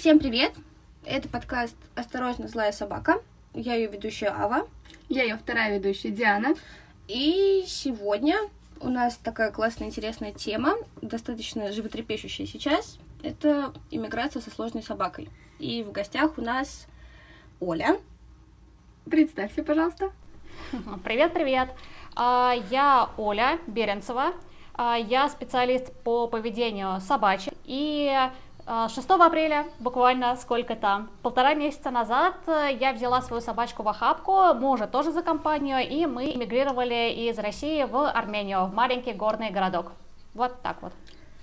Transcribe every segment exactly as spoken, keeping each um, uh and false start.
Всем привет! Это подкаст «Осторожно, злая собака». Я ее ведущая Ава. Я ее вторая ведущая Диана. И сегодня у нас такая классная, интересная тема, достаточно животрепещущая сейчас. Это иммиграция со сложной собакой. И в гостях у нас Оля. Представься, пожалуйста. Привет-привет. Я Оля Беренцева. Я специалист по поведению собачек. И шестого апреля, буквально сколько там, полтора месяца назад, я взяла свою собачку в охапку, мужа тоже за компанию, и мы эмигрировали из России в Армению, в маленький горный городок. Вот так вот.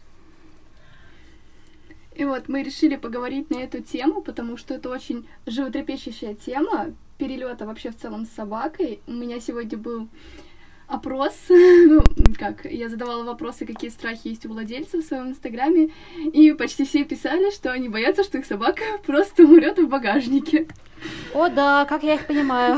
И вот мы решили поговорить на эту тему, потому что это очень животрепещущая тема перелета вообще в целом с собакой. У меня сегодня был опрос, ну, как, я задавала вопросы, какие страхи есть у владельцев в своем инстаграме, и почти все писали, что они боятся, что их собака просто умрет в багажнике. О да, как я их понимаю.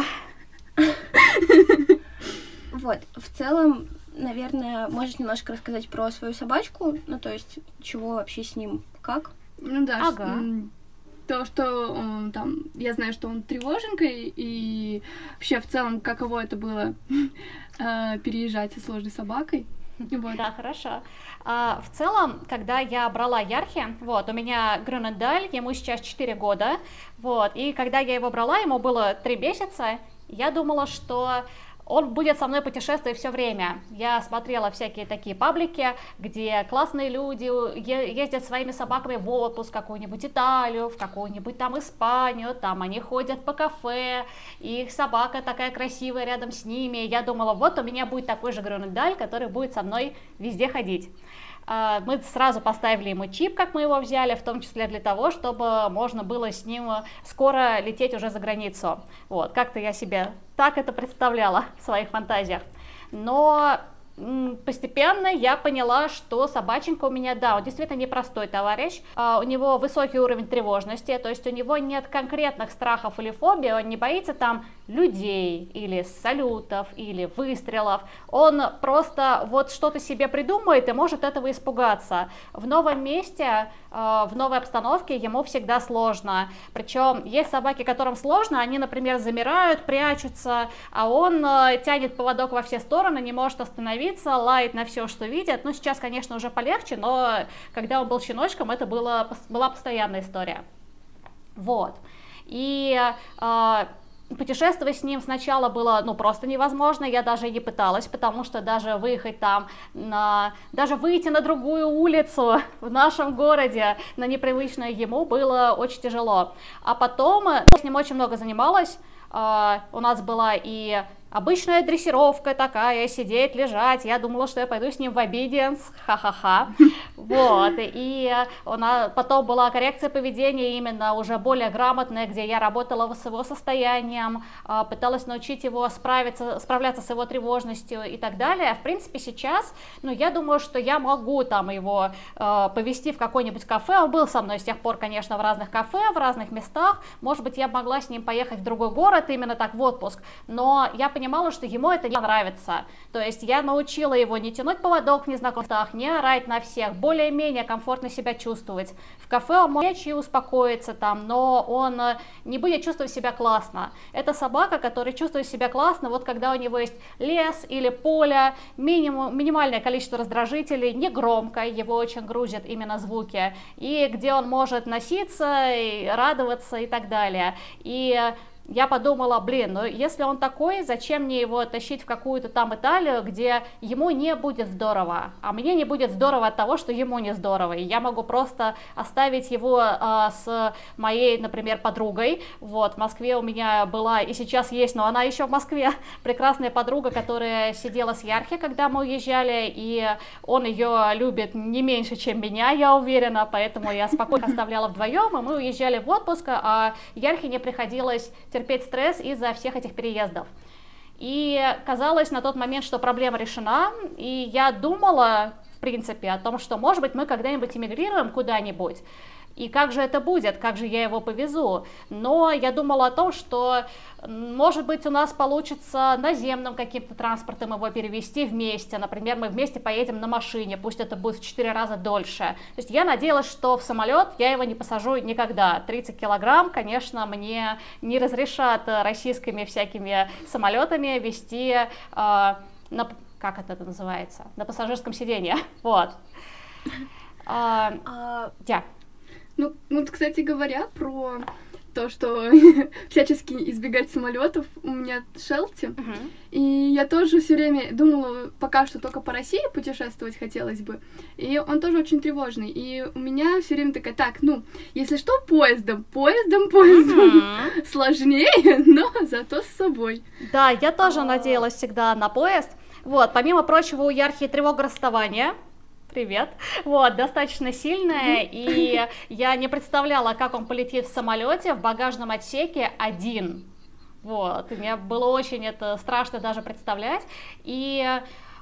Вот, в целом, наверное, можешь немножко рассказать про свою собачку, ну, то есть, чего вообще с ним, как? Ну да, ага. То, что он, там, я знаю, что он тревоженькой, и вообще в целом, каково это было переезжать со сложной собакой. Вот. Да, хорошо. А, в целом, когда я брала Ярхи, вот, у меня Грюнендааль, ему сейчас четыре года, вот, и когда я его брала, ему было три месяца, я думала, что он будет со мной путешествовать все время. Я смотрела всякие такие паблики, где классные люди ездят своими собаками в отпуск, в какую-нибудь Италию, в какую-нибудь там Испанию, там они ходят по кафе, и их собака такая красивая рядом с ними. Я думала, вот у меня будет такой же Грюнендааль, который будет со мной везде ходить. Мы сразу поставили ему чип, как мы его взяли, в том числе для того, чтобы можно было с ним скоро лететь уже за границу. Вот, как-то я себе так это представляла в своих фантазиях. Но постепенно я поняла, что собаченька у меня, да, он действительно непростой товарищ, у него высокий уровень тревожности, то есть у него нет конкретных страхов или фобий, он не боится там людей, или салютов, или выстрелов, он просто вот что-то себе придумает и может этого испугаться. В новом месте, в новой обстановке ему всегда сложно, причем есть собаки, которым сложно, они, например, замирают, прячутся, а он тянет поводок во все стороны, не может остановиться, лает на все, что видит. Ну, сейчас, конечно, уже полегче, но когда он был щеночком, это было, была постоянная история. Вот. И э, путешествовать с ним сначала было, ну, просто невозможно, я даже и не пыталась, потому что даже выехать там, на, даже выйти на другую улицу в нашем городе, на непривычную ему, было очень тяжело. А потом, ну, с ним очень много занималась, э, у нас была и обычная дрессировка такая, сидеть, лежать. Я думала, что я пойду с ним в obedience, ха-ха-ха. Вот, и у нас потом была коррекция поведения именно уже более грамотная, где я работала с его состоянием, пыталась научить его справиться, справляться с его тревожностью и так далее. В принципе, сейчас, ну, я думаю, что я могу там его э, повезти в какое-нибудь кафе. Он был со мной с тех пор, конечно, в разных кафе, в разных местах. Может быть, я могла с ним поехать в другой город, именно так в отпуск, но я понимаю, понимала, что ему это не нравится. То есть я научила его не тянуть поводок в незнакомых местах, не орать на всех, более-менее комфортно себя чувствовать. В кафе он может и успокоиться там, но он не будет чувствовать себя классно. Это собака, которая чувствует себя классно, вот когда у него есть лес или поле, минимум, минимальное количество раздражителей, не громко, его очень грузят именно звуки, и где он может носиться, и радоваться и так далее. И я подумала, блин, ну если он такой, зачем мне его тащить в какую-то там Италию, где ему не будет здорово, а мне не будет здорово от того, что ему не здорово, и я могу просто оставить его э, с моей, например, подругой. Вот, в Москве у меня была и сейчас есть, но она еще в Москве, прекрасная подруга, которая сидела с Ярхи, когда мы уезжали, и он ее любит не меньше, чем меня, я уверена, поэтому я спокойно оставляла вдвоем, и мы уезжали в отпуск, а Ярхе не приходилось терпеть стресс из-за всех этих переездов. И казалось на тот момент, что проблема решена, и я думала, в принципе, о том, что, может быть, мы когда-нибудь эмигрируем куда-нибудь. И как же это будет, как же я его повезу? Но я думала о том, что, может быть, у нас получится наземным каким-то транспортом его перевезти вместе. Например, мы вместе поедем на машине, пусть это будет в четыре раза дольше. То есть я надеялась, что в самолет я его не посажу никогда. тридцать килограмм, конечно, мне не разрешат российскими всякими самолетами везти э, на... Как это называется? На пассажирском сиденье. Вот. А, А, я. Ну, вот, кстати говоря, про то, что всячески избегать самолетов, у меня Шелти, Мгм. и я тоже все время думала, пока что только по России путешествовать хотелось бы, и он тоже очень тревожный, и у меня все время такая, так, ну, если что, поездом, поездом, поездом, Мгм. сложнее, но зато с собой. Да, я тоже А. надеялась всегда на поезд. Вот, помимо прочего, у Ярхи тревога расставания. Привет. Вот, достаточно сильная, и я не представляла, как он полетит в самолете в багажном отсеке один. Вот, и мне было очень это страшно даже представлять. И э,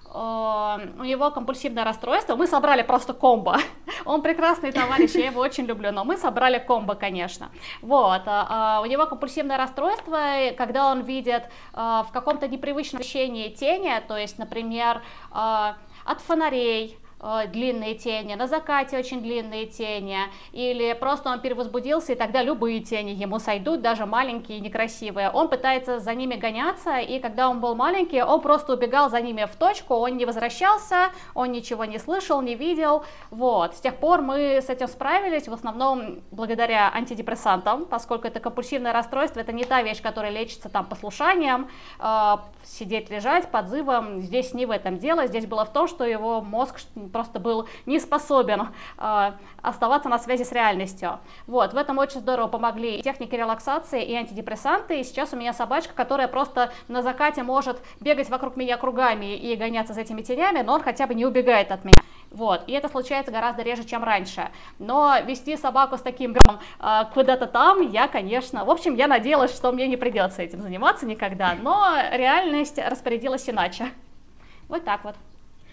у него компульсивное расстройство. Мы собрали просто комбо. Он прекрасный товарищ, я его очень люблю, но мы собрали комбо, конечно. Вот, а, а, у него компульсивное расстройство, и когда он видит а, в каком-то непривычном освещении тени, то есть, например, а, от фонарей, э, длинные тени, на закате очень длинные тени, или просто он перевозбудился, и тогда любые тени ему сойдут, даже маленькие и некрасивые. Он пытается за ними гоняться, и когда он был маленький, он просто убегал за ними в точку, он не возвращался, он ничего не слышал, не видел. Вот. С тех пор мы с этим справились, в основном благодаря антидепрессантам, поскольку это компульсивное расстройство, это не та вещь, которая лечится там послушанием, э, сидеть, лежать, подзывом. Здесь не в этом дело, здесь было в том, что его мозг просто был не способен э, оставаться на связи с реальностью. Вот, в этом очень здорово помогли и техники релаксации, и антидепрессанты, и сейчас у меня собачка, которая просто на закате может бегать вокруг меня кругами и гоняться за этими тенями, но он хотя бы не убегает от меня. Вот, и это случается гораздо реже, чем раньше. Но вести собаку с таким гром э, куда-то там, я, конечно... В общем, я надеялась, что мне не придется этим заниматься никогда, но реальность распорядилась иначе. Вот так вот.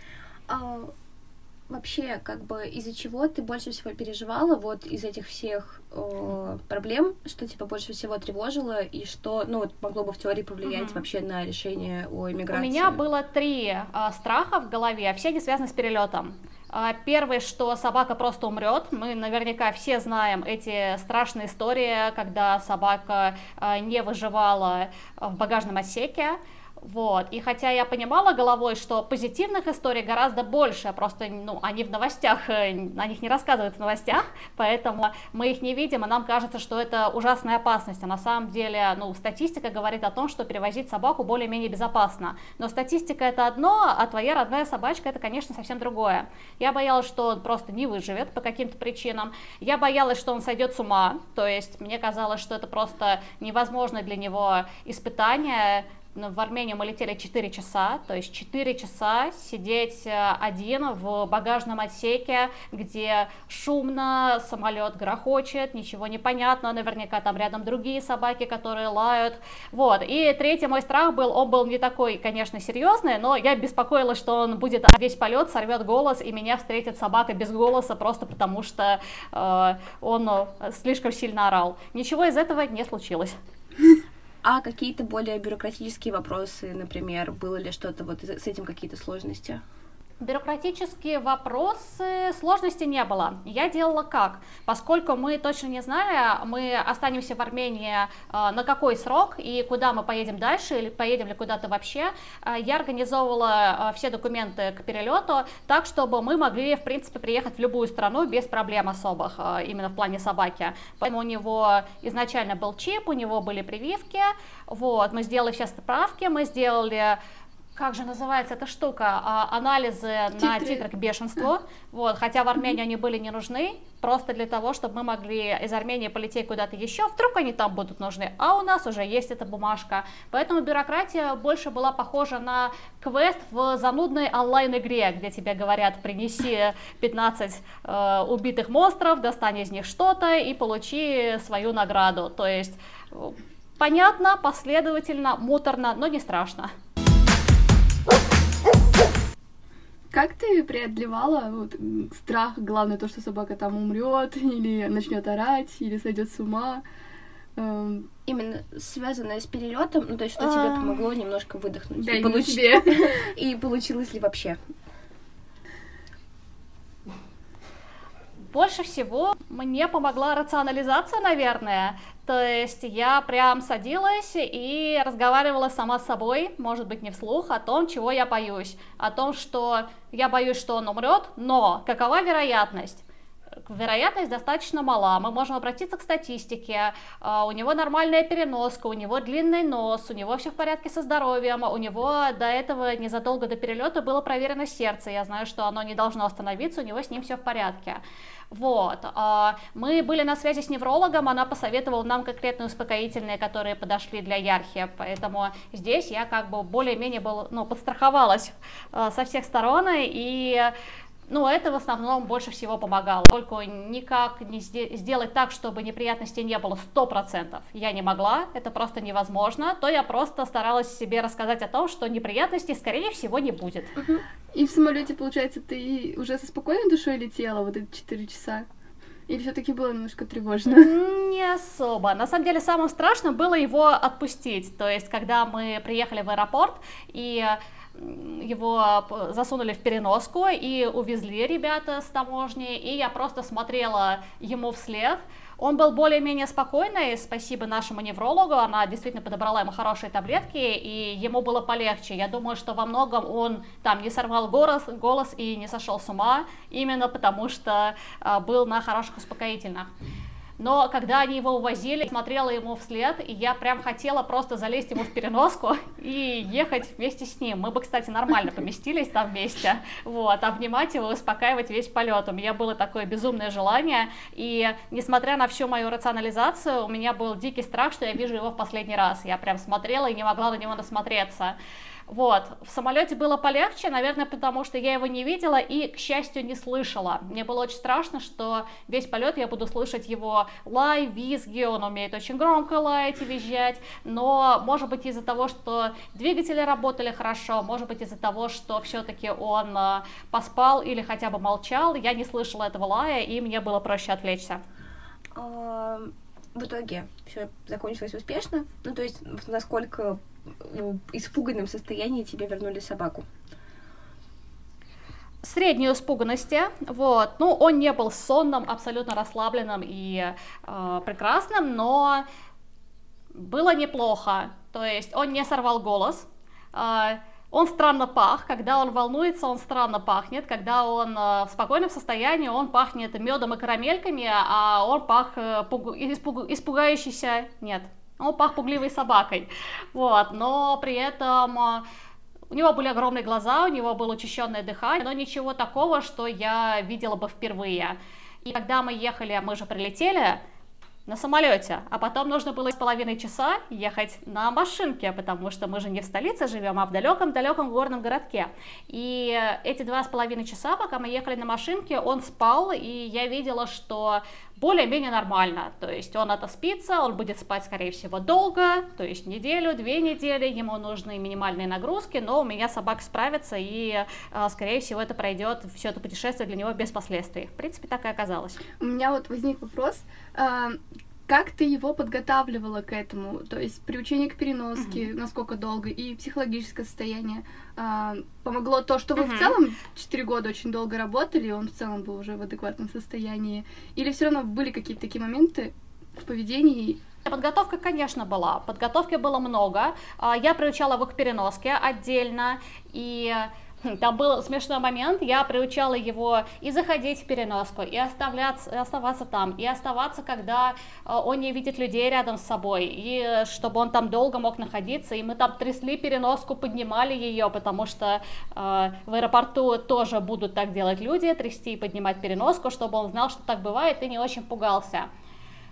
а, вообще, как бы, из-за чего ты больше всего переживала, вот из этих всех э, проблем, что тебя больше всего тревожило, и что, ну, вот, могло бы в теории повлиять Мгм. вообще на решение о У эмиграции? меня было три а, страха в голове, все они связаны с перелетом. А, Первый, что собака просто умрет. Мы наверняка все знаем эти страшные истории, когда собака а, не выживала а, в багажном отсеке. Вот. И хотя я понимала головой, что позитивных историй гораздо больше, просто ну, они в новостях, э, о них не рассказывают в новостях, поэтому мы их не видим, и нам кажется, что это ужасная опасность. А на самом деле, ну, статистика говорит о том, что перевозить собаку более-менее безопасно. Но статистика это одно, а твоя родная собачка это, конечно, совсем другое. Я боялась, что он просто не выживет по каким-то причинам. Я боялась, что он сойдет с ума, то есть мне казалось, что это просто невозможно для него испытание. В Армению мы летели четыре часа, то есть четыре часа сидеть э, один в багажном отсеке, где шумно, самолет грохочет, ничего не понятно, наверняка там рядом другие собаки, которые лают. Вот. И третий мой страх был, он был не такой, конечно, серьезный, но я беспокоилась, что он будет весь полет, сорвет голос, и меня встретит собака без голоса, просто потому что э, он э, слишком сильно орал. Ничего из этого не случилось. А какие-то более бюрократические вопросы, например, было ли что-то вот из- с этим какие-то сложности? Бюрократические вопросы, сложности не было. Я делала как? Поскольку мы точно не знали, мы останемся в Армении э, на какой срок и куда мы поедем дальше, или поедем ли куда-то вообще, э, я организовывала э, все документы к перелету так, чтобы мы могли, в принципе, приехать в любую страну без проблем особых, э, именно в плане собаки. Поэтому у него изначально был чип, у него были прививки, вот, мы сделали все справки, мы сделали... Как же называется эта штука? А, анализы на Титры. титры к бешенству. Вот, хотя в Армению они были не нужны, просто для того, чтобы мы могли из Армении полететь куда-то еще, вдруг они там будут нужны, а у нас уже есть эта бумажка. Поэтому бюрократия больше была похожа на квест в занудной онлайн-игре, где тебе говорят: принеси пятнадцать э, убитых монстров, достань из них что-то и получи свою награду. То есть э, понятно, последовательно, муторно, но не страшно. Как ты преодолевала вот, страх, главное то, что собака там умрет, или начнет орать, или сойдет с ума? Эм... Именно связанное с перелетом, ну то есть, что тебе помогло немножко выдохнуть. Да, и, получ... тебе. И получилось ли вообще? Больше всего мне помогла рационализация, наверное. То есть я прям садилась и разговаривала сама с собой, может быть, не вслух, о том, чего я боюсь. О том, что я боюсь, что он умрет, но какова вероятность? Вероятность достаточно мала. Мы можем обратиться к статистике. У него нормальная переноска, у него длинный нос, у него все в порядке со здоровьем, у него до этого, незадолго до перелета, было проверено сердце. Я знаю, что оно не должно остановиться, у него с ним все в порядке. Вот. Мы были на связи с неврологом, она посоветовала нам конкретные успокоительные, которые подошли для Ярхи, поэтому здесь я как бы более-менее был, ну, подстраховалась со всех сторон, и ну, это в основном больше всего помогало. Только никак не сделать так, чтобы неприятностей не было сто процентов я не могла, это просто невозможно, то я просто старалась себе рассказать о том, что неприятностей, скорее всего, не будет. Uh-huh. И в самолете, получается, ты уже со спокойной душой летела вот эти четыре часа? Или все-таки было немножко тревожно? Не особо. На самом деле, самым страшным было его отпустить. То есть, когда мы приехали в аэропорт, и его засунули в переноску и увезли ребята с таможни, и я просто смотрела ему вслед. Он был более-менее спокойный, спасибо нашему неврологу, она действительно подобрала ему хорошие таблетки, и ему было полегче. Я думаю, что во многом он там не сорвал голос, голос и не сошел с ума, именно потому что а, был на хороших успокоительных. Но когда они его увозили, смотрела ему вслед, и я прям хотела просто залезть ему в переноску и ехать вместе с ним. Мы бы, кстати, нормально поместились там вместе, вот, обнимать его, успокаивать весь полет. У меня было такое безумное желание, и несмотря на всю мою рационализацию, у меня был дикий страх, что я вижу его в последний раз. Я прям смотрела и не могла на него насмотреться. Вот, в самолете было полегче, наверное, потому что я его не видела и, к счастью, не слышала. Мне было очень страшно, что весь полет я буду слышать его лай, визги, он умеет очень громко лаять и визжать, но, может быть, из-за того, что двигатели работали хорошо, может быть, из-за того, что все-таки он э, поспал или хотя бы молчал, я не слышала этого лая, и мне было проще отвлечься. В итоге все закончилось успешно, ну, то есть, насколько в испуганном состоянии тебе вернули собаку? Средней испуганности, вот, ну, он не был сонным, абсолютно расслабленным и э, прекрасным, но было неплохо, то есть он не сорвал голос, э, он странно пах, когда он волнуется, он странно пахнет, когда он э, в спокойном состоянии, он пахнет медом и карамельками, а он пах э, пугу, испугу, испугающийся, нет, он пах пугливой собакой, вот, но при этом э, у него были огромные глаза, у него было учащенное дыхание, но ничего такого, что я видела бы впервые. И когда мы ехали, мы же прилетели на самолете, а потом нужно было с половиной часа ехать на машинке, потому что мы же не в столице живем, а в далеком-далеком горном городке. И эти два с половиной часа, пока мы ехали на машинке, он спал, и я видела, что более-менее нормально, то есть он отоспится, он будет спать, скорее всего, долго, то есть неделю, две недели, ему нужны минимальные нагрузки, но у меня собака справится, и, скорее всего, это пройдет, все это путешествие для него без последствий. В принципе, так и оказалось. У меня вот возник вопрос, как ты его подготавливала к этому, то есть приучение к переноске, uh-huh. насколько долго, и психологическое состояние. А, помогло то, что вы uh-huh. в целом четыре года очень долго работали, и он в целом был уже в адекватном состоянии, или все равно были какие-то такие моменты в поведении? Подготовка, конечно, была, подготовки было много, я приучала его к переноске отдельно, и там был смешной момент, я приучала его и заходить в переноску, и оставляться, оставаться там, и оставаться, когда он не видит людей рядом с собой, и чтобы он там долго мог находиться, и мы там трясли переноску, поднимали ее, потому что э, в аэропорту тоже будут так делать люди, трясти и поднимать переноску, чтобы он знал, что так бывает, и не очень пугался.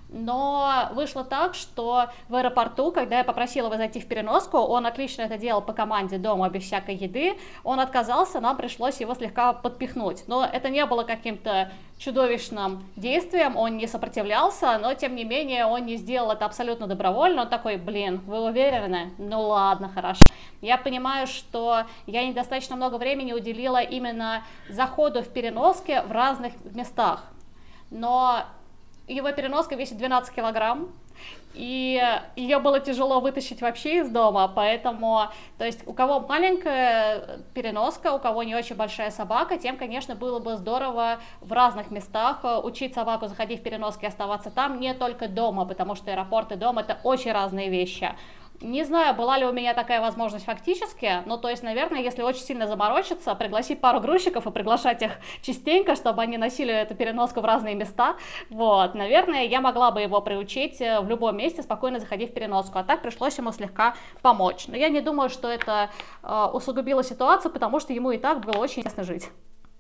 Но вышло так, что в аэропорту, когда я попросила его зайти в переноску, он отлично это делал по команде дома, без всякой еды, он отказался, нам пришлось его слегка подпихнуть. Но это не было каким-то чудовищным действием, он не сопротивлялся, но тем не менее он не сделал это абсолютно добровольно, он такой, блин, вы уверены? Ну ладно, хорошо. Я понимаю, что я недостаточно много времени уделила именно заходу в переноске в разных местах, но его переноска весит двенадцать килограмм, и ее было тяжело вытащить вообще из дома, поэтому, то есть, у кого маленькая переноска, у кого не очень большая собака, тем, конечно, было бы здорово в разных местах учить собаку заходить в переноске и оставаться там, не только дома, потому что аэропорт и дом — это очень разные вещи. Не знаю, была ли у меня такая возможность фактически, но то есть, наверное, если очень сильно заморочиться, пригласить пару грузчиков и приглашать их частенько, чтобы они носили эту переноску в разные места, вот, наверное, я могла бы его приучить в любом месте спокойно заходить в переноску, а так пришлось ему слегка помочь. Но я не думаю, что это э, усугубило ситуацию, потому что ему и так было очень интересно жить.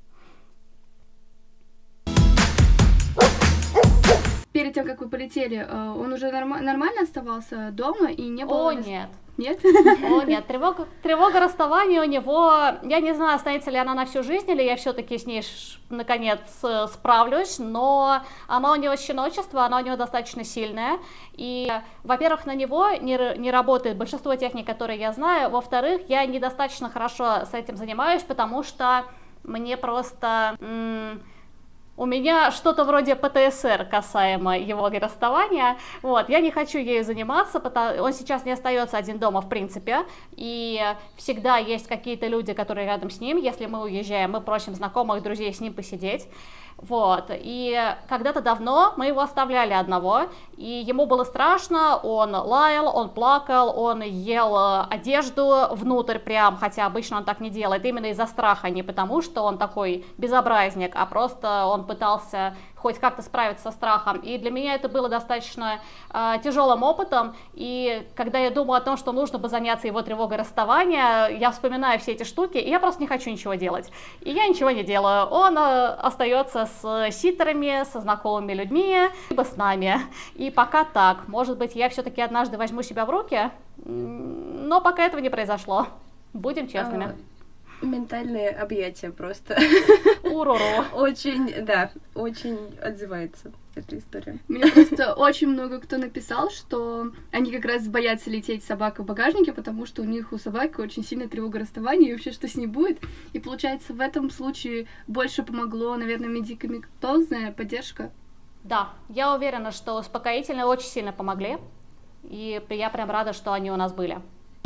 Перед тем, как вы полетели, он уже норм- нормально оставался дома и не было... О, нет. Нет? О, нет, тревога, тревога расставания у него, я не знаю, останется ли она на всю жизнь, или я все-таки с ней, наконец, справлюсь, но она у него щеночество, она у него достаточно сильная, и, во-первых, на него не, не работает большинство техник, которые я знаю, во-вторых, я недостаточно хорошо с этим занимаюсь, потому что мне просто... М- У меня что-то вроде пэ тэ эс эр касаемо его расставания, вот, я не хочу ею заниматься, потому он сейчас не остается один дома в принципе, и всегда есть какие-то люди, которые рядом с ним, если мы уезжаем, мы просим знакомых, друзей с ним посидеть. Вот, и когда-то давно мы его оставляли одного, и ему было страшно, он лаял, он плакал, он ел одежду внутрь прям, хотя обычно он так не делает, именно из-за страха, не потому что он такой безобразник, а просто он пытался хоть как-то справиться со страхом, и для меня это было достаточно э, тяжелым опытом, и когда я думаю о том, что нужно бы заняться его тревогой расставания, я вспоминаю все эти штуки, и я просто не хочу ничего делать, и я ничего не делаю, он э, остается с ситерами, со знакомыми людьми, либо с нами, и пока так, может быть, я все-таки однажды возьму себя в руки, но пока этого не произошло, будем честными. А, ментальные объятия просто. Уруру. Очень, да, очень отзывается эта история. Мне просто очень много кто написал, что они как раз боятся лететь с собакой в багажнике, потому что у них у собаки очень сильная тревога расставания, и вообще что с ней будет. И получается, в этом случае больше помогло, наверное, медикаментозная поддержка. Да, я уверена, что успокоительные очень сильно помогли, и я прям рада, что они у нас были.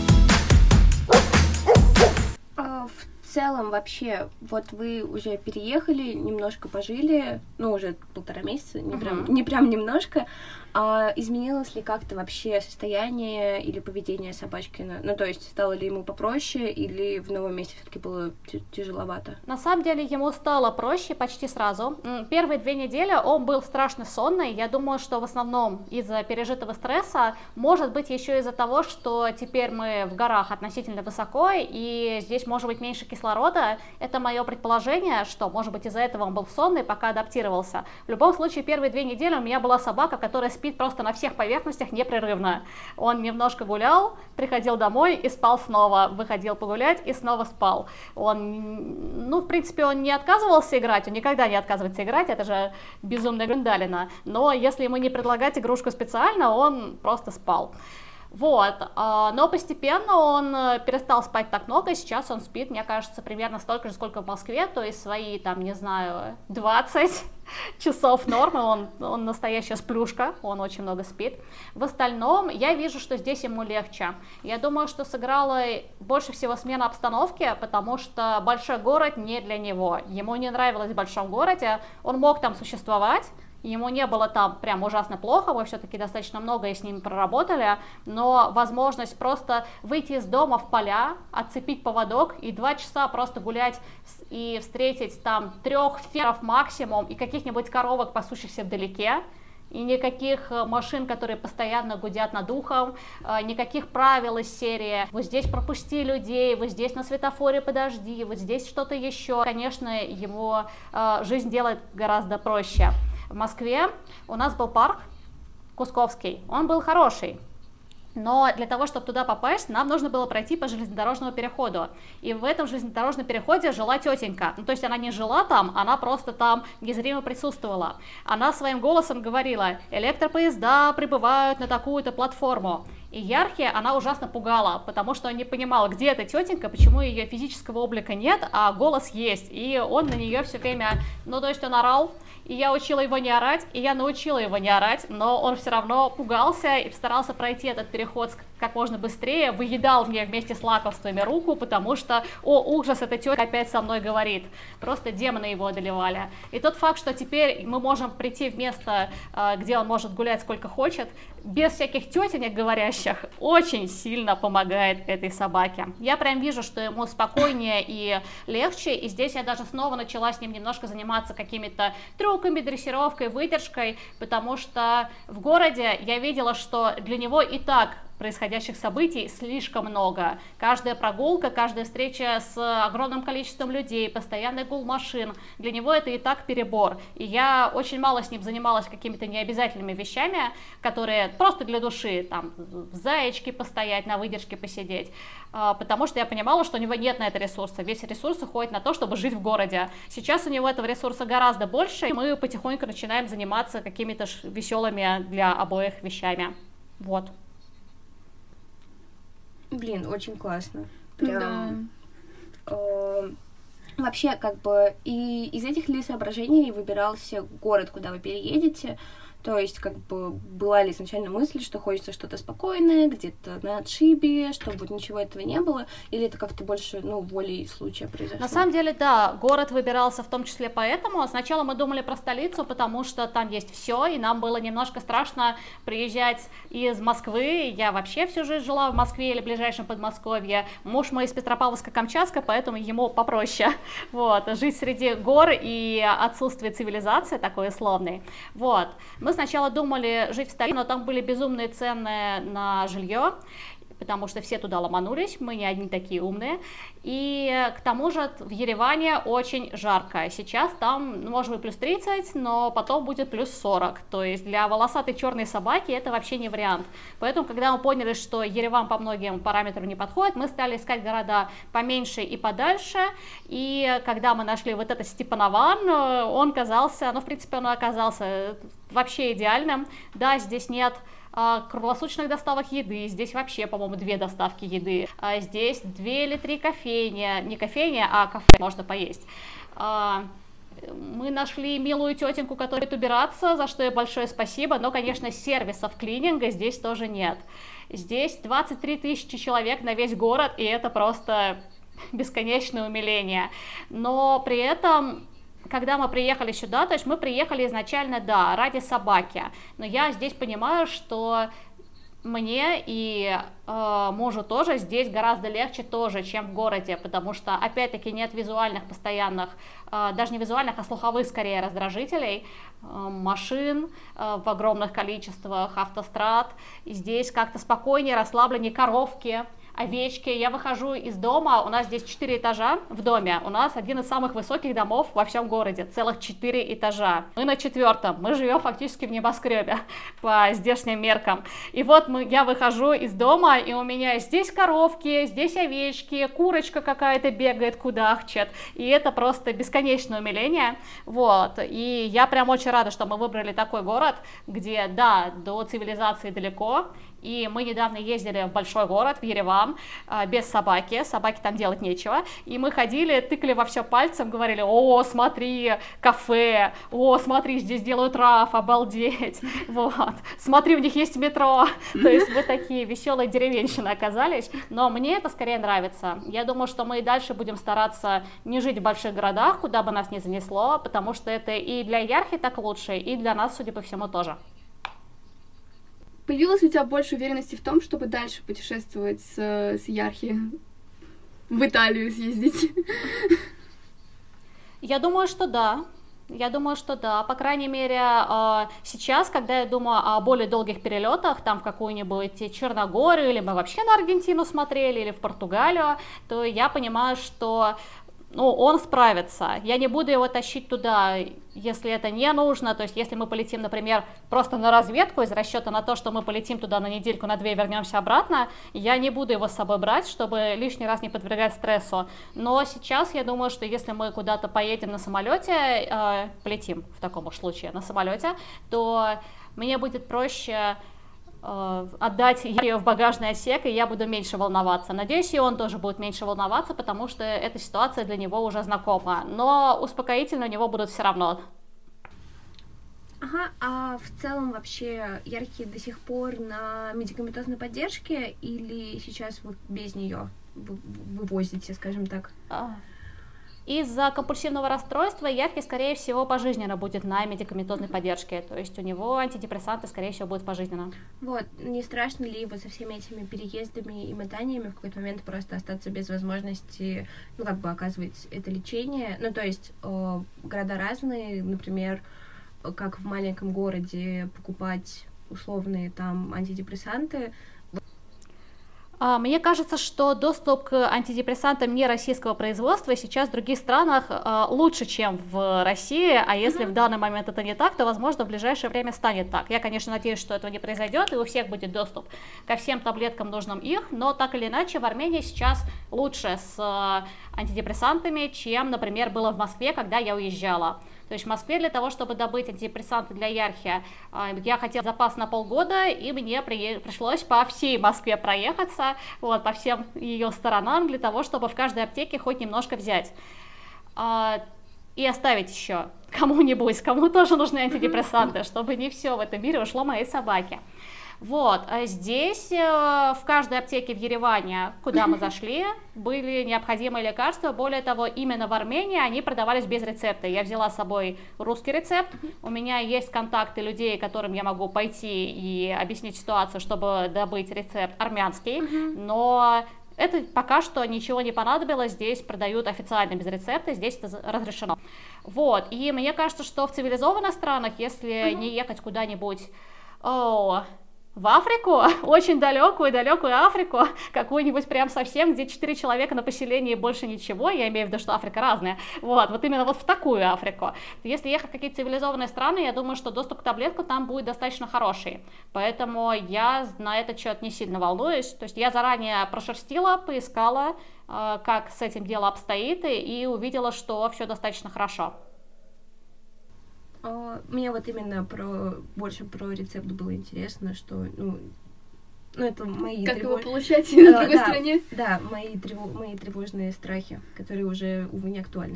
В целом, вообще, вот вы уже переехали, немножко пожили, ну, уже полтора месяца, не, uh-huh. прям, не прям немножко. А изменилось ли как-то вообще состояние или поведение собачки? Ну, то есть, стало ли ему попроще, или в новом месте все-таки было тяжеловато? На самом деле, ему стало проще почти сразу. Первые две недели он был страшно сонный. Я думаю, что в основном из-за пережитого стресса, может быть, еще из-за того, что теперь мы в горах относительно высоко, и здесь может быть меньше кислорода. Это мое предположение, что, может быть, из-за этого он был сонный, пока адаптировался. В любом случае, первые две недели у меня была собака, которая спит просто на всех поверхностях непрерывно. Он немножко гулял, приходил домой и спал снова, выходил погулять и снова спал. Он, ну, в принципе, он не отказывался играть, он никогда не отказывается играть, это же безумная грюндалина, но если ему не предлагать игрушку специально, он просто спал. Вот, но постепенно он перестал спать так много, и сейчас он спит, мне кажется, примерно столько же, сколько в Москве, то есть свои, там, не знаю, двадцать часов нормы, он, он настоящая сплюшка, он очень много спит. В остальном я вижу, что здесь ему легче. Я думаю, что сыграла больше всего смена обстановки, потому что большой город не для него. Ему не нравилось в большом городе, он мог там существовать, ему не было там прям ужасно плохо, мы все-таки достаточно многое с ними проработали, но возможность просто выйти из дома в поля, отцепить поводок и два часа просто гулять и встретить там трех фермеров максимум и каких-нибудь коровок, пасущихся вдалеке, и никаких машин, которые постоянно гудят над ухом, никаких правил из серии «вот здесь пропусти людей», «вот здесь на светофоре подожди», «вот здесь что-то еще». Конечно, его жизнь делает гораздо проще. В Москве у нас был парк, Кусковский, он был хороший. Но для того, чтобы туда попасть, нам нужно было пройти по железнодорожному переходу. И в этом железнодорожном переходе жила тетенька. Ну, то есть она не жила там, она просто там незримо присутствовала. Она своим голосом говорила: электропоезда прибывают на такую-то платформу. И Ярхе она ужасно пугала, потому что он не понимал, где эта тетенька, почему ее физического облика нет, а голос есть. И он на нее все время, ну, то есть он орал, и я учила его не орать, и я научила его не орать, но он все равно пугался и старался пройти этот переход как можно быстрее, выедал мне вместе с лакомствами руку, потому что, о, ужас, эта тетя опять со мной говорит. Просто демоны его одолевали. И тот факт, что теперь мы можем прийти в место, где он может гулять сколько хочет, без всяких тетенек говорящих, очень сильно помогает этой собаке. Я прям вижу, что ему спокойнее и легче, и здесь я даже снова начала с ним немножко заниматься какими-то трюками, дрессировкой, выдержкой, потому что в городе я видела, что для него и так происходящих событий слишком много. Каждая прогулка, каждая встреча с огромным количеством людей, постоянный гул машин, для него это и так перебор. И я очень мало с ним занималась какими-то необязательными вещами, которые просто для души, там, в заячке постоять, на выдержке посидеть, потому что я понимала, что у него нет на это ресурса. Весь ресурс уходит на то, чтобы жить в городе. Сейчас у него этого ресурса гораздо больше, и мы потихоньку начинаем заниматься какими-то веселыми для обоих вещами. Вот. Блин, очень классно. Прям. Да. Э, вообще, как бы, и из этих ли соображений выбирался город, куда вы переедете? То есть, как бы, была ли изначально мысль, что хочется что-то спокойное, где-то на отшибе, чтобы вот ничего этого не было, или это как-то больше, ну, волей случая произошло? На самом деле, да, город выбирался в том числе поэтому. Сначала мы думали про столицу, потому что там есть все, и нам было немножко страшно приезжать из Москвы. Я вообще всю жизнь жила в Москве или ближайшем Подмосковье. Муж мой из Петропавловска-Камчатска, поэтому ему попроще. Вот, жить среди гор и отсутствие цивилизации такой условной. Вот. Мы сначала думали жить в столице, но там были безумные цены на жилье, потому что все туда ломанулись, мы не одни такие умные. И к тому же в Ереване очень жарко. Сейчас там, ну, может быть, плюс тридцать, но потом будет плюс сорок. То есть для волосатой черной собаки это вообще не вариант. Поэтому, когда мы поняли, что Ереван по многим параметрам не подходит, мы стали искать города поменьше и подальше. И когда мы нашли вот этот Степанован, он казался, ну, в принципе, он оказался вообще идеальным. Да, здесь нет а, круглосуточных доставок еды, здесь вообще, по-моему, две доставки еды, а здесь две или три кофейни, не кофейни, а кафе, можно поесть. А, мы нашли милую тетеньку, которая будет убираться, за что ей большое спасибо, но, конечно, сервисов клининга здесь тоже нет. Здесь двадцать три тысячи человек на весь город, и это просто бесконечное умиление. Но при этом, когда мы приехали сюда, то есть мы приехали изначально, да, ради собаки, но я здесь понимаю, что мне и э, мужу тоже здесь гораздо легче тоже, чем в городе, потому что, опять-таки, нет визуальных постоянных, э, даже не визуальных, а слуховых, скорее, раздражителей, э, машин э, в огромных количествах, автострад, и здесь как-то спокойнее, расслабленнее, коровки, овечки. Я выхожу из дома, у нас здесь четыре этажа в доме, у нас один из самых высоких домов во всем городе, целых четыре этажа. Мы на четвертом, мы живем фактически в небоскребе по здешним меркам. И вот мы, я выхожу из дома, и у меня здесь коровки, здесь овечки, курочка какая-то бегает, кудахчет, и это просто бесконечное умиление. Вот, и я прям очень рада, что мы выбрали такой город, где, да, до цивилизации далеко. И мы недавно ездили в большой город, в Ереван, без собаки, собаке там делать нечего, и мы ходили, тыкали во все пальцем, говорили: о, смотри, кафе, о, смотри, здесь делают раф, обалдеть, вот, смотри, у них есть метро, то есть мы такие веселые деревенщины оказались, но мне это скорее нравится. Я думаю, что мы и дальше будем стараться не жить в больших городах, куда бы нас ни занесло, потому что это и для Ярхи так лучше, и для нас, судя по всему, тоже. Появилось у тебя больше уверенности в том, чтобы дальше путешествовать с, с Ярхи, в Италию съездить? Я думаю, что да. Я думаю, что да. По крайней мере, сейчас, когда я думаю о более долгих перелетах, там в какую-нибудь Черногорию, или мы вообще на Аргентину смотрели, или в Португалию, то я понимаю, что ну, он справится. Я не буду его тащить туда, если это не нужно. То есть, если мы полетим, например, просто на разведку из расчета на то, что мы полетим туда на недельку, на две, вернемся обратно, я не буду его с собой брать, чтобы лишний раз не подвергать стрессу. Но сейчас я думаю, что если мы куда-то поедем на самолете, э, полетим в таком уж случае на самолете, то мне будет проще отдать ее в багажный отсек, и я буду меньше волноваться. Надеюсь, и он тоже будет меньше волноваться, потому что эта ситуация для него уже знакома. Но успокоительные у него будут все равно. Ага, а в целом вообще Яркий до сих пор на медикаментозной поддержке или сейчас вот без нее вы вывозите, скажем так? Из-за компульсивного расстройства Яркий, скорее всего, пожизненно будет на медикаментозной поддержке, то есть у него антидепрессанты, скорее всего, будут пожизненно. Вот, не страшно ли вот со всеми этими переездами и мотаниями в какой-то момент просто остаться без возможности, ну, как бы оказывать это лечение? Ну, то есть э, города разные, например, как в маленьком городе покупать условные там антидепрессанты. Мне кажется, что доступ к антидепрессантам не российского производства сейчас в других странах лучше, чем в России, а если mm-hmm. в данный момент это не так, то, возможно, в ближайшее время станет так. Я, конечно, надеюсь, что этого не произойдет, и у всех будет доступ ко всем таблеткам, нужным их, но так или иначе в Армении сейчас лучше с антидепрессантами, чем, например, было в Москве, когда я уезжала. То есть в Москве для того, чтобы добыть антидепрессанты для Ярхи, я хотела запас на полгода, и мне при... пришлось по всей Москве проехаться, вот, по всем ее сторонам, для того, чтобы в каждой аптеке хоть немножко взять. И оставить еще кому-нибудь, кому тоже нужны антидепрессанты, чтобы не все в этом мире ушло моей собаке. Вот, а здесь э, в каждой аптеке в Ереване, куда мы зашли, были необходимые лекарства. Более того, именно в Армении они продавались без рецепта. Я взяла с собой русский рецепт. У меня есть контакты людей, которым я могу пойти и объяснить ситуацию, чтобы добыть рецепт армянский. Но это пока что ничего не понадобилось. Здесь продают официально без рецепта, здесь это разрешено. Вот, и мне кажется, что в цивилизованных странах, если не ехать куда-нибудь... О, в Африку, очень далекую, далекую Африку, какую-нибудь прям совсем, где четыре человека на поселении и больше ничего, я имею в виду, что Африка разная, вот, вот именно вот в такую Африку. Если ехать в какие-то цивилизованные страны, я думаю, что доступ к таблетку там будет достаточно хороший, поэтому я на этот счет не сильно волнуюсь, то есть я заранее прошерстила, поискала, как с этим дело обстоит, и увидела, что все достаточно хорошо. Мне вот именно про больше про рецепт было интересно, что ну, ну это мои как тревож... его получать на другой да, стороне? Да, мои трево... мои тревожные страхи, которые уже увы не актуальны.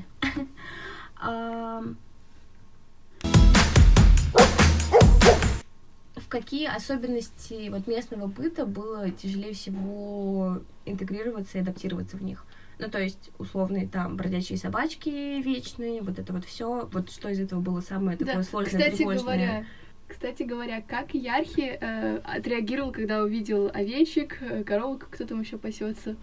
В какие особенности вот местного быта было тяжелее всего интегрироваться и адаптироваться в них? Ну, то есть, условные там бродячие собачки вечные, вот это вот все. Вот что из этого было самое такое да. сложное, кстати тревожное? Говоря, кстати говоря, как Ярхи э, отреагировал, когда увидел овечек, коровок, кто там еще пасется?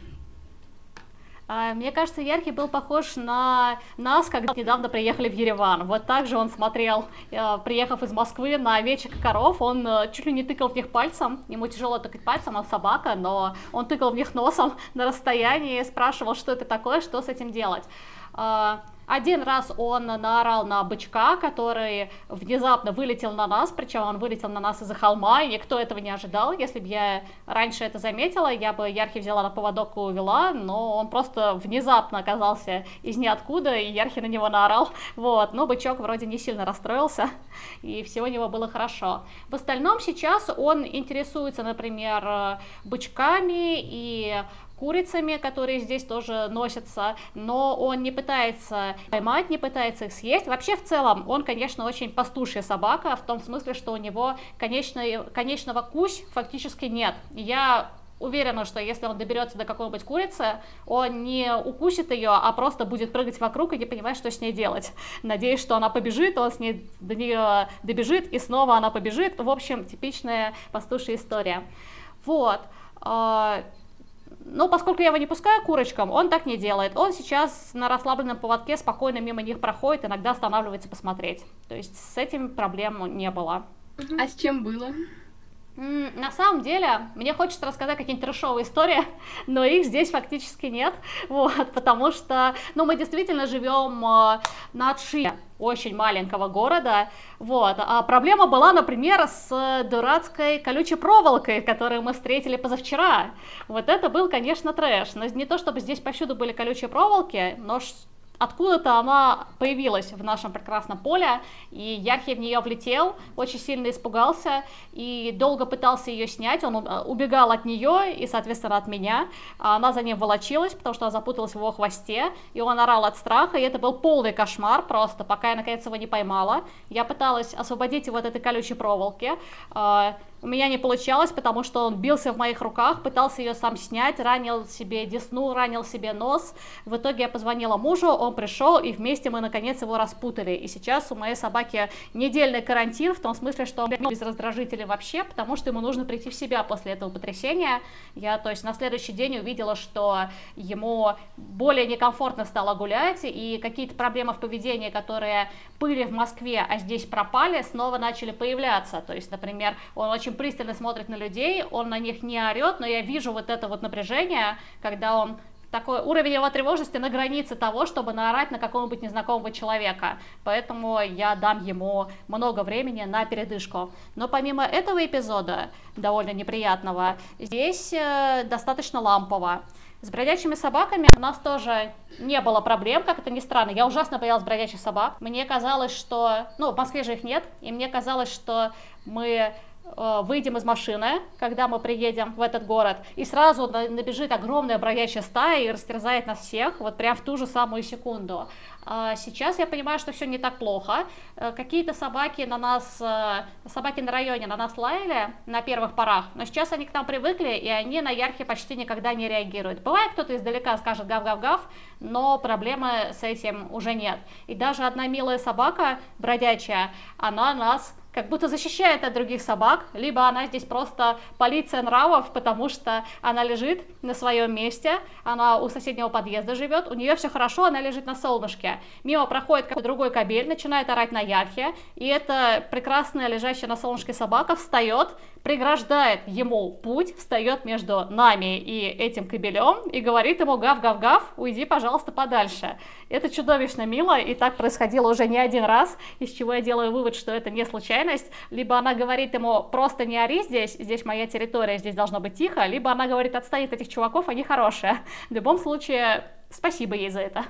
Мне кажется, Яркий был похож на нас, когда недавно приехали в Ереван. Вот так же он смотрел, приехав из Москвы, на овечек и коров, он чуть ли не тыкал в них пальцем, ему тяжело тыкать пальцем, он собака, но он тыкал в них носом на расстоянии, спрашивал, что это такое, что с этим делать. Один раз он наорал на бычка, который внезапно вылетел на нас, причем он вылетел на нас из-за холма, и никто этого не ожидал. Если бы я раньше это заметила, я бы Ярхи взяла на поводок и увела, но он просто внезапно оказался из ниоткуда, и Ярхи на него наорал. Вот. Но бычок вроде не сильно расстроился, и все у него было хорошо. В остальном сейчас он интересуется, например, бычками и курицами, которые здесь тоже носятся, но он не пытается поймать, не пытается их съесть. Вообще, в целом, он, конечно, очень пастушья собака, в том смысле, что у него конечной, конечного кусь фактически нет. Я уверена, что если он доберется до какой-нибудь курицы, он не укусит ее, а просто будет прыгать вокруг и не понимать, что с ней делать. Надеюсь, что она побежит, он с ней до нее добежит, и снова она побежит. В общем, типичная пастушья история. Вот. Но поскольку я его не пускаю курочкам, он так не делает. Он сейчас на расслабленном поводке спокойно мимо них проходит, иногда останавливается посмотреть. То есть с этим проблем не было. А с чем было? На самом деле, мне хочется рассказать какие-нибудь трэшовые истории, но их здесь фактически нет, вот, потому что, ну, мы действительно живем э, на отшибе очень маленького города, вот, а проблема была, например, с дурацкой колючей проволокой, которую мы встретили позавчера, вот это был, конечно, трэш, но не то, чтобы здесь повсюду были колючие проволоки, но откуда-то она появилась в нашем прекрасном поле, и Ярхи в нее влетел, очень сильно испугался и долго пытался ее снять, он убегал от нее и, соответственно, от меня, а она за ним волочилась, потому что она запуталась в его хвосте, и он орал от страха, и это был полный кошмар просто, пока я, наконец, его не поймала. Я пыталась освободить его от этой колючей проволоки, у меня не получалось, потому что он бился в моих руках, пытался ее сам снять, ранил себе десну, ранил себе нос. В итоге я позвонила мужу, он пришел, и вместе мы, наконец, его распутали. И сейчас у моей собаки недельный карантин, в том смысле, что он без раздражителей вообще, потому что ему нужно прийти в себя после этого потрясения. Я, то есть, на следующий день увидела, что ему более некомфортно стало гулять, и какие-то проблемы в поведении, которые были в Москве, а здесь пропали, снова начали появляться. То есть, например, он очень пристально смотрит на людей, он на них не орет, но я вижу вот это вот напряжение, когда он такой уровень его тревожности на границе того, чтобы наорать на какого-нибудь незнакомого человека, поэтому я дам ему много времени на передышку. Но помимо этого эпизода, довольно неприятного, здесь э, достаточно лампово. С бродячими собаками у нас тоже не было проблем, как это ни странно. Я ужасно боялась бродячих собак. Мне казалось, что... Ну, в Москве же их нет, и мне казалось, что мы выйдем из машины, когда мы приедем в этот город, и сразу набежит огромная бродячая стая и растерзает нас всех, вот прям в ту же самую секунду. А сейчас я понимаю, что все не так плохо. Какие-то собаки на нас, собаки на районе на нас лаяли на первых порах, но сейчас они к нам привыкли, и они на Ярхи почти никогда не реагируют. Бывает, кто-то издалека скажет гав-гав-гав, но проблемы с этим уже нет. И даже одна милая собака, бродячая, она нас как будто защищает от других собак, либо она здесь просто полиция нравов, потому что она лежит на своем месте, она у соседнего подъезда живет, у нее все хорошо, она лежит на солнышке. Мимо проходит какой-то другой кобель, начинает орать на Ярхе, и эта прекрасная лежащая на солнышке собака встает, преграждает ему путь, встает между нами и этим кобелем и говорит ему гав-гав-гав, уйди, пожалуйста, подальше. Это чудовищно мило, и так происходило уже не один раз, из чего я делаю вывод, что это не случайность. Либо она говорит ему просто не ори здесь, здесь моя территория, здесь должно быть тихо, либо она говорит отстань от этих чуваков, они хорошие. В любом случае, спасибо ей за это.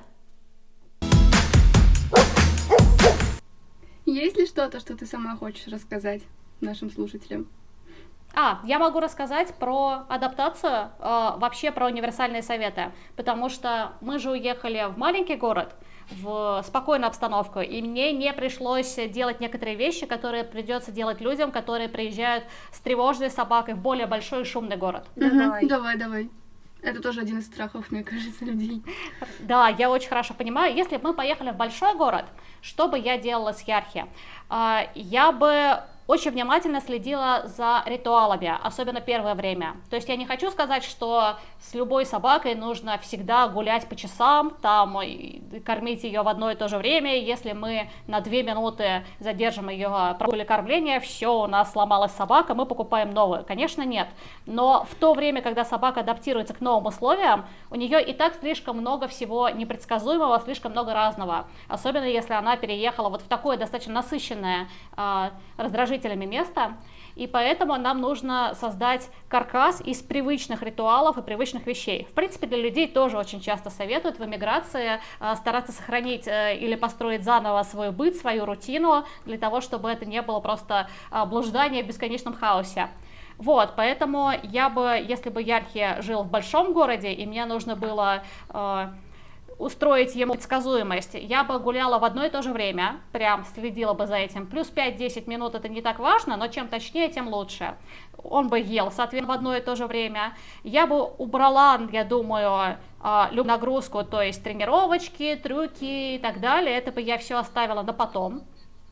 Есть ли что-то, что ты сама хочешь рассказать нашим слушателям? А, я могу рассказать про адаптацию, э, вообще про универсальные советы, потому что мы же уехали в маленький город, в спокойную обстановку, и мне не пришлось делать некоторые вещи, которые придется делать людям, которые приезжают с тревожной собакой в более большой и шумный город. Давай, угу, давай, давай. Это тоже один из страхов, мне кажется, людей. Да, я очень хорошо понимаю. Если бы мы поехали в большой город, что бы я делала с Ярхи? Я бы очень внимательно следила за ритуалами, особенно первое время. То есть я не хочу сказать, что с любой собакой нужно всегда гулять по часам, там, и кормить ее в одно и то же время. Если мы на две минуты задержим ее прогуле кормления, все, у нас сломалась собака, мы покупаем новую. Конечно, нет. Но в то время, когда собака адаптируется к новым условиям, у нее и так слишком много всего непредсказуемого, слишком много разного. Особенно если она переехала вот в такое достаточно насыщенное э, раздражительное место, и поэтому нам нужно создать каркас из привычных ритуалов и привычных вещей. В принципе, для людей тоже очень часто советуют в эмиграции э, стараться сохранить э, или построить заново свой быт, свою рутину, для того, чтобы это не было просто э, блуждание в бесконечном хаосе. Вот, поэтому я бы, если бы Ярхи жил в большом городе, и мне нужно было э, устроить ему предсказуемость, я бы гуляла в одно и то же время, прям следила бы за этим, плюс пять-десять минут это не так важно, но чем точнее, тем лучше. Он бы ел, соответственно, в одно и то же время. Я бы убрала, я думаю, любую нагрузку, то есть тренировочки, трюки и так далее, это бы я все оставила на потом.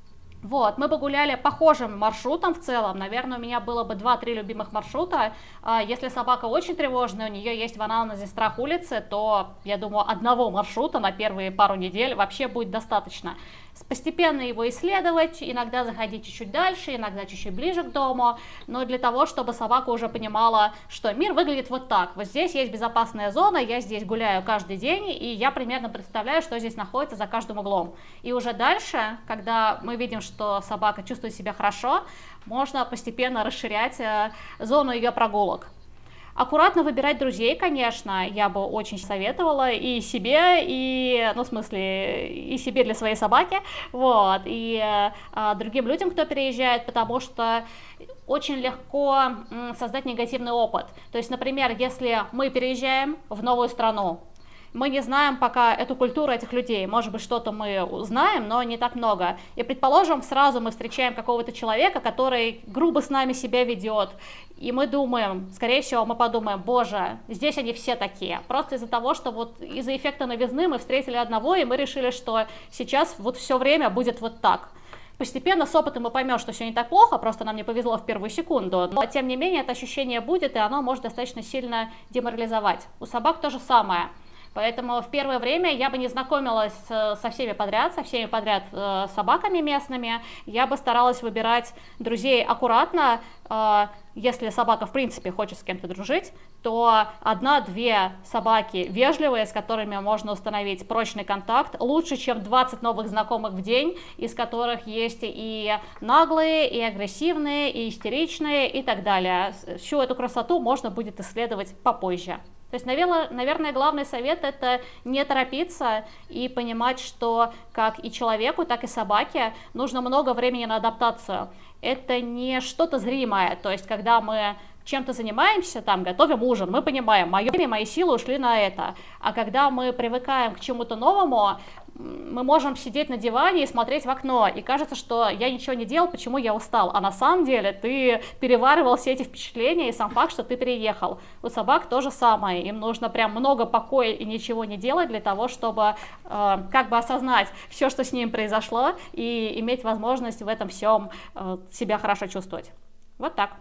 Вот, мы бы гуляли похожим маршрутом в целом, наверное, у меня было бы два-три любимых маршрута. Если собака очень тревожная, у нее есть в анамнезе страх улицы, то, я думаю, одного маршрута на первые пару недель вообще будет достаточно. Постепенно его исследовать, иногда заходить чуть-чуть дальше, иногда чуть-чуть ближе к дому, но для того, чтобы собака уже понимала, что мир выглядит вот так. Вот здесь есть безопасная зона, я здесь гуляю каждый день, и я примерно представляю, что здесь находится за каждым углом. И уже дальше, когда мы видим, что собака чувствует себя хорошо, можно постепенно расширять зону ее прогулок. Аккуратно выбирать друзей, конечно, я бы очень советовала и себе, и, ну, в смысле, и себе для своей собаки, вот, и а, другим людям, кто переезжает, потому что очень легко м, создать негативный опыт. То есть, например, если мы переезжаем в новую страну, мы не знаем пока эту культуру этих людей, может быть, что-то мы знаем, но не так много. И, предположим, сразу мы встречаем какого-то человека, который грубо с нами себя ведет, и мы думаем, скорее всего, мы подумаем, боже, здесь они все такие. Просто из-за того, что вот из-за эффекта новизны мы встретили одного, и мы решили, что сейчас вот все время будет вот так. Постепенно с опытом мы поймем, что все не так плохо, просто нам не повезло в первую секунду, но тем не менее это ощущение будет, и оно может достаточно сильно деморализовать. У собак то же самое. Поэтому в первое время я бы не знакомилась со всеми подряд, со всеми подряд э, собаками местными. Я бы старалась выбирать друзей аккуратно. Э, если собака в принципе хочет с кем-то дружить, то одна-две собаки вежливые, с которыми можно установить прочный контакт, лучше, чем двадцать новых знакомых в день, из которых есть и наглые, и агрессивные, и истеричные, и так далее. Всю эту красоту можно будет исследовать попозже. То есть, наверное, главный совет – это не торопиться и понимать, что как и человеку, так и собаке нужно много времени на адаптацию. Это не что-то зримое, то есть, когда мы чем-то занимаемся, там, готовим ужин, мы понимаем, мое время, мои силы ушли на это. А когда мы привыкаем к чему-то новому, мы можем сидеть на диване и смотреть в окно, и кажется, что я ничего не делал, почему я устал, а на самом деле ты переваривал все эти впечатления и сам факт, что ты переехал. У собак то же самое, им нужно прям много покоя и ничего не делать для того, чтобы э, как бы осознать все, что с ним произошло, и иметь возможность в этом всем э, себя хорошо чувствовать. Вот так.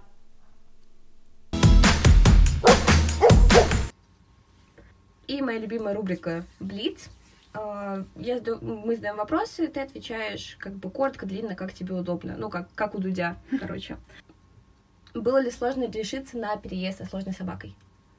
И моя любимая рубрика «Блиц». Я, мы задаем вопросы, ты отвечаешь как бы коротко, длинно, как тебе удобно. Ну, как, как у Дудя, короче. Было ли сложно решиться на переезд со сложной собакой?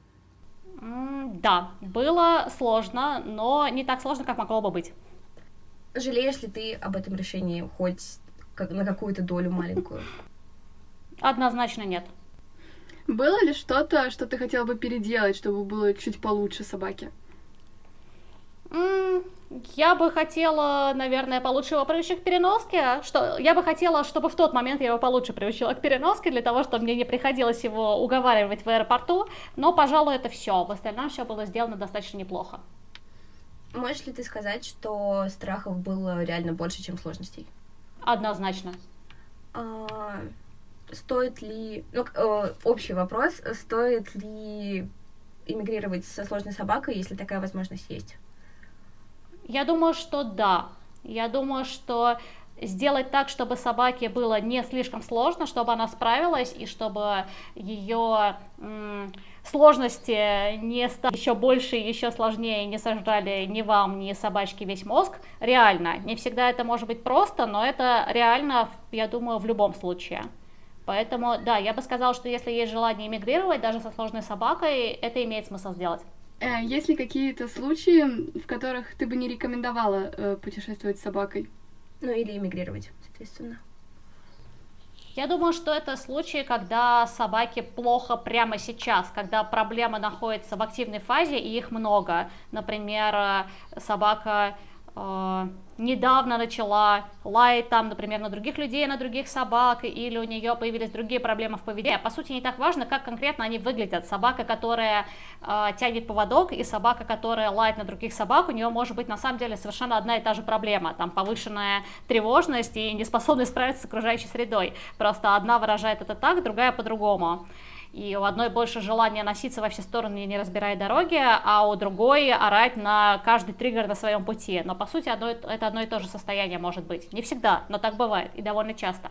Да, было сложно, но не так сложно, как могло бы быть. Жалеешь ли ты об этом решении хоть как, на какую-то долю маленькую? Однозначно нет. Было ли что-то, что ты хотела бы переделать, чтобы было чуть получше собаке? Я бы хотела, наверное, получше его приучить к переноске. Что, я бы хотела, чтобы в тот момент я его получше приучила к переноске, для того, чтобы мне не приходилось его уговаривать в аэропорту. Но, пожалуй, это все. В остальном все было сделано достаточно неплохо. Можешь ли ты сказать, что страхов было реально больше, чем сложностей? Однозначно. А, стоит ли... Ну, э, общий вопрос. Стоит ли эмигрировать со сложной собакой, если такая возможность есть? Я думаю, что да. Я думаю, что сделать так, чтобы собаке было не слишком сложно, чтобы она справилась, и чтобы ее м- сложности не стали еще больше и еще сложнее, не сожрали ни вам, ни собачке весь мозг, реально. Не всегда это может быть просто, но это реально, я думаю, в любом случае. Поэтому, да, я бы сказала, что если есть желание эмигрировать, даже со сложной собакой, это имеет смысл сделать. Есть ли какие-то случаи, в которых ты бы не рекомендовала э, путешествовать с собакой? Ну, или эмигрировать, соответственно. Я думаю, что это случаи, когда собаке плохо прямо сейчас, когда проблема находится в активной фазе, и их много. Например, собака э, недавно начала лаять там, например, на других людей, на других собак, или у нее появились другие проблемы в поведении. По сути, не так важно, как конкретно они выглядят. Собака, которая э, тянет поводок, и собака, которая лает на других собак, у нее может быть на самом деле совершенно одна и та же проблема. Там повышенная тревожность и неспособность справиться с окружающей средой. Просто одна выражает это так, другая по-другому. и у одной больше желания носиться во все стороны, не разбирая дороги, а у другой орать на каждый триггер на своем пути. Но, по сути, одно, это одно и то же состояние может быть. Не всегда, но так бывает, и довольно часто.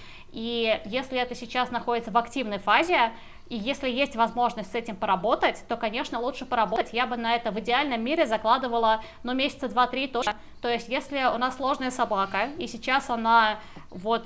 И если это сейчас находится в активной фазе, и если есть возможность с этим поработать, то, конечно, лучше поработать. Я бы на это в идеальном мире закладывала, ну, месяца два-три точно. То есть, если у нас сложная собака, и сейчас она вот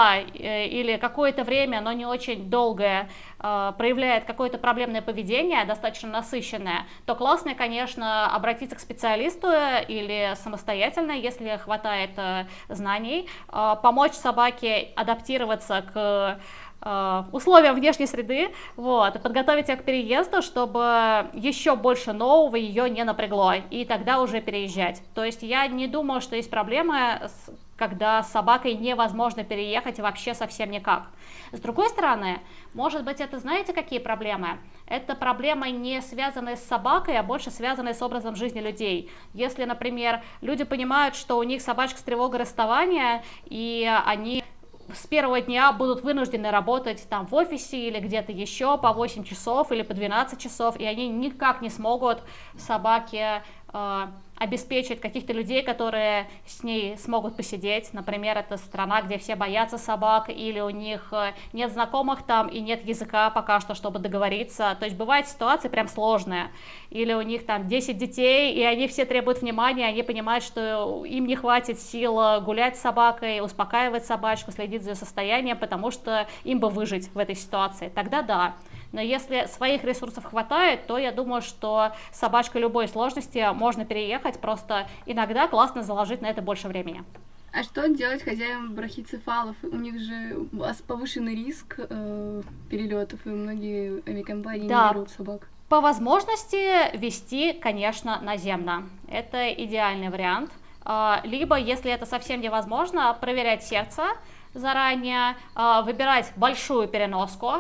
или какое-то время, но не очень долгое, проявляет какое-то проблемное поведение, достаточно насыщенное, то классно, конечно, обратиться к специалисту или самостоятельно, если хватает знаний, помочь собаке адаптироваться к условиям внешней среды, вот, и подготовить ее к переезду, чтобы еще больше нового ее не напрягло, и тогда уже переезжать. То есть я не думаю, что есть проблемы, когда с собакой невозможно переехать вообще совсем никак. С другой стороны, может быть, это знаете, какие проблемы? Это проблемы не связанные с собакой, а больше связанные с образом жизни людей. Если, например, люди понимают, что у них собачка с тревогой расставания, и они с первого дня будут вынуждены работать там в офисе или где-то еще по восемь часов или по двенадцать часов, и они никак не смогут собаке э, обеспечить каких-то людей, которые с ней смогут посидеть. Например, это страна, где все боятся собак, или у них нет знакомых там и нет языка пока что, чтобы договориться. То есть бывает ситуация прям сложная. Или у них там десять детей, и они все требуют внимания, они понимают, что им не хватит сил гулять с собакой, успокаивать собачку, следить за ее состоянием, потому что им бы выжить в этой ситуации. Тогда да. Но если своих ресурсов хватает, то я думаю, что с собачкой любой сложности можно переехать, просто иногда классно заложить на это больше времени. А что делать хозяевам брахицефалов? У них же повышенный риск э, перелетов, и многие авиакомпании да. не берут собак. По возможности вести, конечно, наземно. Это идеальный вариант. Либо, если это совсем невозможно, проверять сердце заранее, выбирать большую переноску.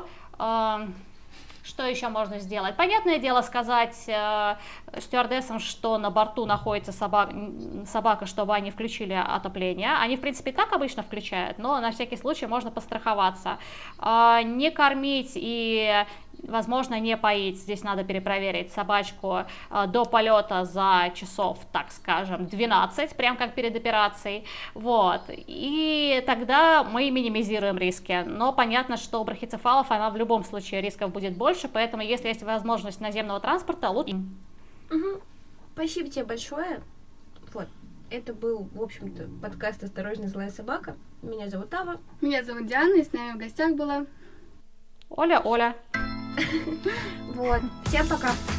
Что еще можно сделать? Понятное дело сказать э, стюардессам, что на борту находится собак, собака, чтобы они включили отопление. Они, в принципе, и так обычно включают, но на всякий случай можно постраховаться. Э, не кормить и, возможно, не поить. Здесь надо перепроверить собачку э, до полета за часов, так скажем, двенадцать, прям как перед операцией. Вот. И тогда мы минимизируем риски. Но понятно, что у брахицефалов она в любом случае рисков будет больше. Поэтому, если есть возможность наземного транспорта, лучше. Угу. Спасибо тебе большое. Вот. Это был, в общем-то, подкаст «Осторожно, злая собака». Меня зовут Ава. Меня зовут Диана, и с нами в гостях была Оля, Оля. Вот. Всем пока.